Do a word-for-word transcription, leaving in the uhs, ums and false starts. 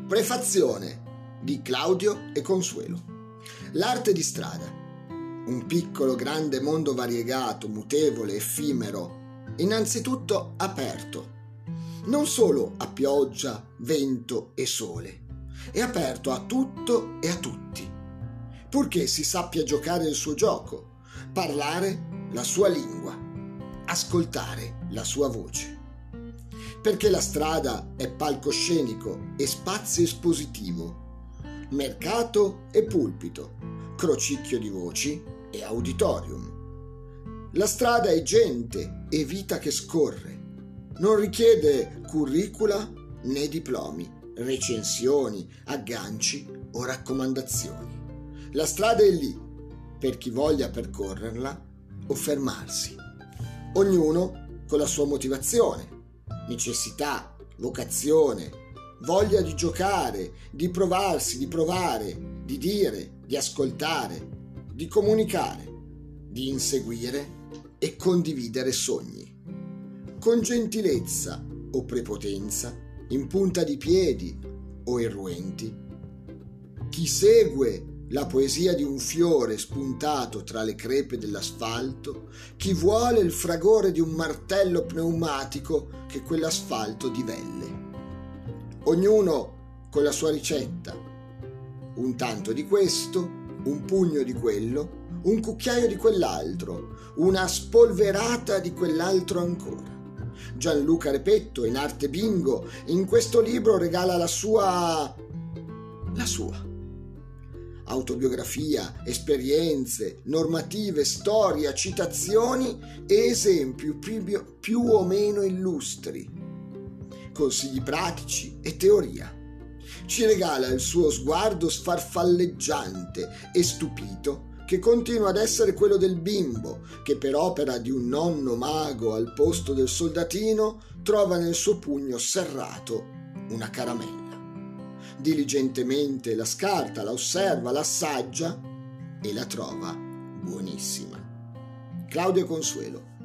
Prefazione di Claudio e Consuelo. L'arte di strada. Un piccolo grande mondo variegato, mutevole, effimero, innanzitutto aperto. Non solo a pioggia, vento e sole. È aperto a tutto e a tutti. Purché si sappia giocare il suo gioco, parlare la sua lingua, ascoltare la sua voce. Perché la strada è palcoscenico e spazio espositivo, mercato e pulpito, crocicchio di voci e auditorium. La strada è gente e vita che scorre, non richiede curricula né diplomi, recensioni, agganci o raccomandazioni. La strada è lì per chi voglia percorrerla o fermarsi, ognuno con la sua motivazione, necessità, vocazione, voglia di giocare, di provarsi, di provare, di dire, di ascoltare, di comunicare, di inseguire e condividere sogni. Con gentilezza o prepotenza, in punta di piedi o irruenti. Chi segue la poesia di un fiore spuntato tra le crepe dell'asfalto, chi vuole il fragore di un martello pneumatico che quell'asfalto divelle. Ognuno con la sua ricetta, un tanto di questo, un pugno di quello, un cucchiaio di quell'altro, una spolverata di quell'altro ancora. Gianluca Repetto, in arte bingo, in questo libro regala la sua... la sua. Autobiografia, esperienze, normative, storia, citazioni e esempi più, più o meno illustri, consigli pratici e teoria. Ci regala il suo sguardo sfarfalleggiante e stupito che continua ad essere quello del bimbo che per opera di un nonno mago al posto del soldatino trova nel suo pugno serrato una caramella. Diligentemente la scarta, la osserva, la assaggia e la trova buonissima. Claudio Consuelo.